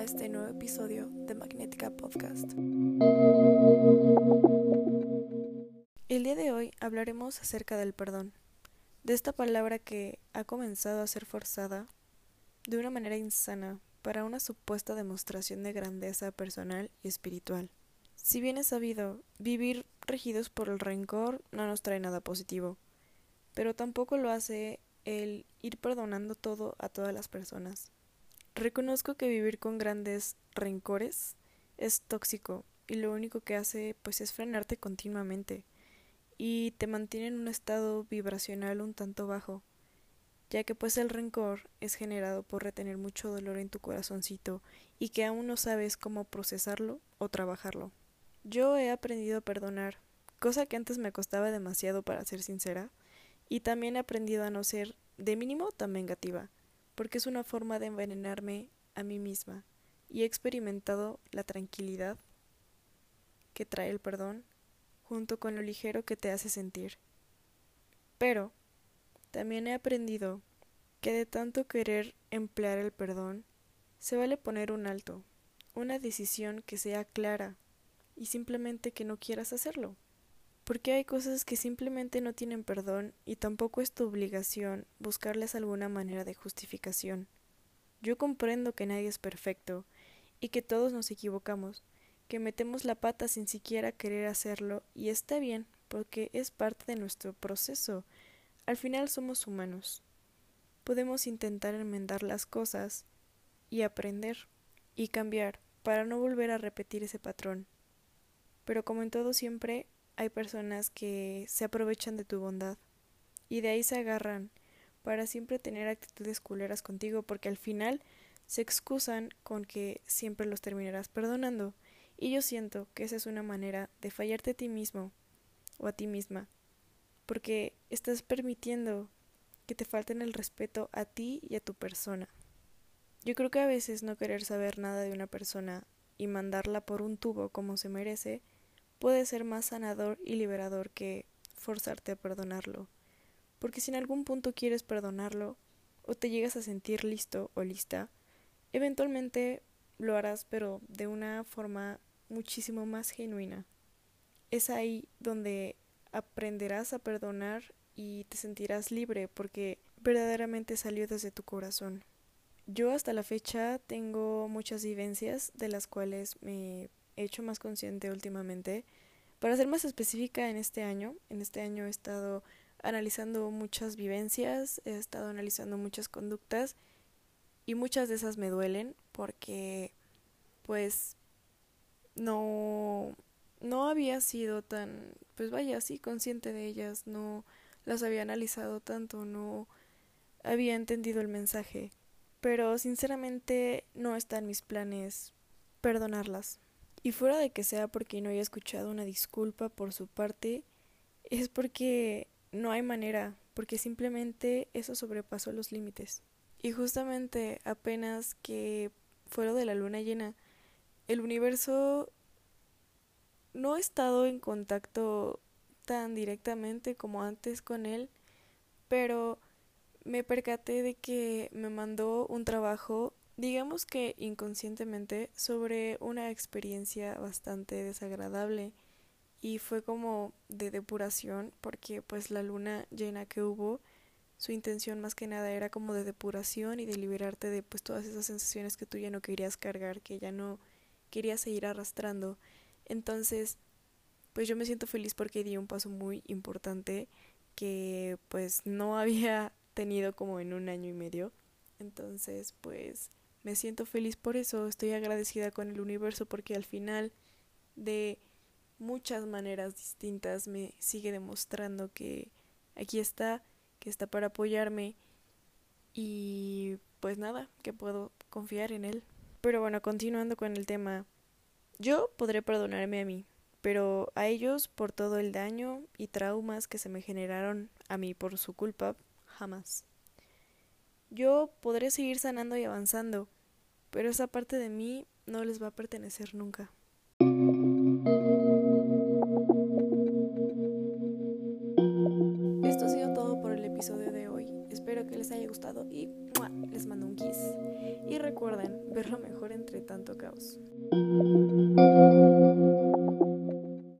este nuevo episodio de Magnética Podcast. El día de hoy hablaremos acerca del perdón, de esta palabra que ha comenzado a ser forzada de una manera insana para una supuesta demostración de grandeza personal y espiritual. Si bien es sabido, vivir regidos por el rencor no nos trae nada positivo, pero tampoco lo hace el ir perdonando todo a todas las personas. Reconozco que vivir con grandes rencores es tóxico y lo único que hace pues es frenarte continuamente y te mantiene en un estado vibracional un tanto bajo, ya que pues el rencor es generado por retener mucho dolor en tu corazoncito y que aún no sabes cómo procesarlo o trabajarlo. Yo he aprendido a perdonar, cosa que antes me costaba demasiado para ser sincera, y también he aprendido a no ser de mínimo tan vengativa, porque es una forma de envenenarme a mí misma, y he experimentado la tranquilidad que trae el perdón, junto con lo ligero que te hace sentir. Pero también he aprendido que de tanto querer emplear el perdón, se vale poner un alto, una decisión que sea clara, y simplemente que no quieras hacerlo. Porque hay cosas que simplemente no tienen perdón y tampoco es tu obligación buscarles alguna manera de justificación. Yo comprendo que nadie es perfecto y que todos nos equivocamos, que metemos la pata sin siquiera querer hacerlo y está bien porque es parte de nuestro proceso. Al final somos humanos. Podemos intentar enmendar las cosas y aprender y cambiar para no volver a repetir ese patrón. Pero como en todo siempre, hay personas que se aprovechan de tu bondad y de ahí se agarran para siempre tener actitudes culeras contigo porque al final se excusan con que siempre los terminarás perdonando y yo siento que esa es una manera de fallarte a ti mismo o a ti misma porque estás permitiendo que te falten el respeto a ti y a tu persona. Yo creo que a veces no querer saber nada de una persona y mandarla por un tubo como se merece puede ser más sanador y liberador que forzarte a perdonarlo. Porque si en algún punto quieres perdonarlo o te llegas a sentir listo o lista, eventualmente lo harás pero de una forma muchísimo más genuina. Es ahí donde aprenderás a perdonar y te sentirás libre porque verdaderamente salió desde tu corazón. Yo hasta la fecha tengo muchas vivencias de las cuales me he hecho más consciente últimamente. Para ser más específica, en este año he estado analizando muchas vivencias, he estado analizando muchas conductas y muchas de esas me duelen porque pues no no había sido tan, pues vaya, sí, consciente de ellas, no las había analizado tanto, no había entendido el mensaje, pero sinceramente no está en mis planes perdonarlas. Y fuera de que sea porque no haya escuchado una disculpa por su parte, es porque no hay manera, porque simplemente eso sobrepasó los límites. Y justamente apenas que fue lo de la luna llena, el universo no ha estado en contacto tan directamente como antes con él, pero me percaté de que me mandó un trabajo, digamos que inconscientemente, sobre una experiencia bastante desagradable y fue como de depuración porque pues la luna llena que hubo, su intención más que nada era como de depuración y de liberarte de pues todas esas sensaciones que tú ya no querías cargar, que ya no querías seguir arrastrando. Entonces, pues yo me siento feliz porque di un paso muy importante que pues no había tenido como en un año y medio. Entonces, pues me siento feliz por eso, estoy agradecida con el universo porque al final de muchas maneras distintas me sigue demostrando que aquí está, que está para apoyarme y pues nada, que puedo confiar en él. Pero bueno, continuando con el tema, yo podré perdonarme a mí, pero a ellos por todo el daño y traumas que se me generaron a mí por su culpa, jamás. Yo podré seguir sanando y avanzando, pero esa parte de mí no les va a pertenecer nunca. Esto ha sido todo por el episodio de hoy. Espero que les haya gustado y ¡mua!, les mando un kiss. Y recuerden recuerden ver lo mejor entre tanto caos.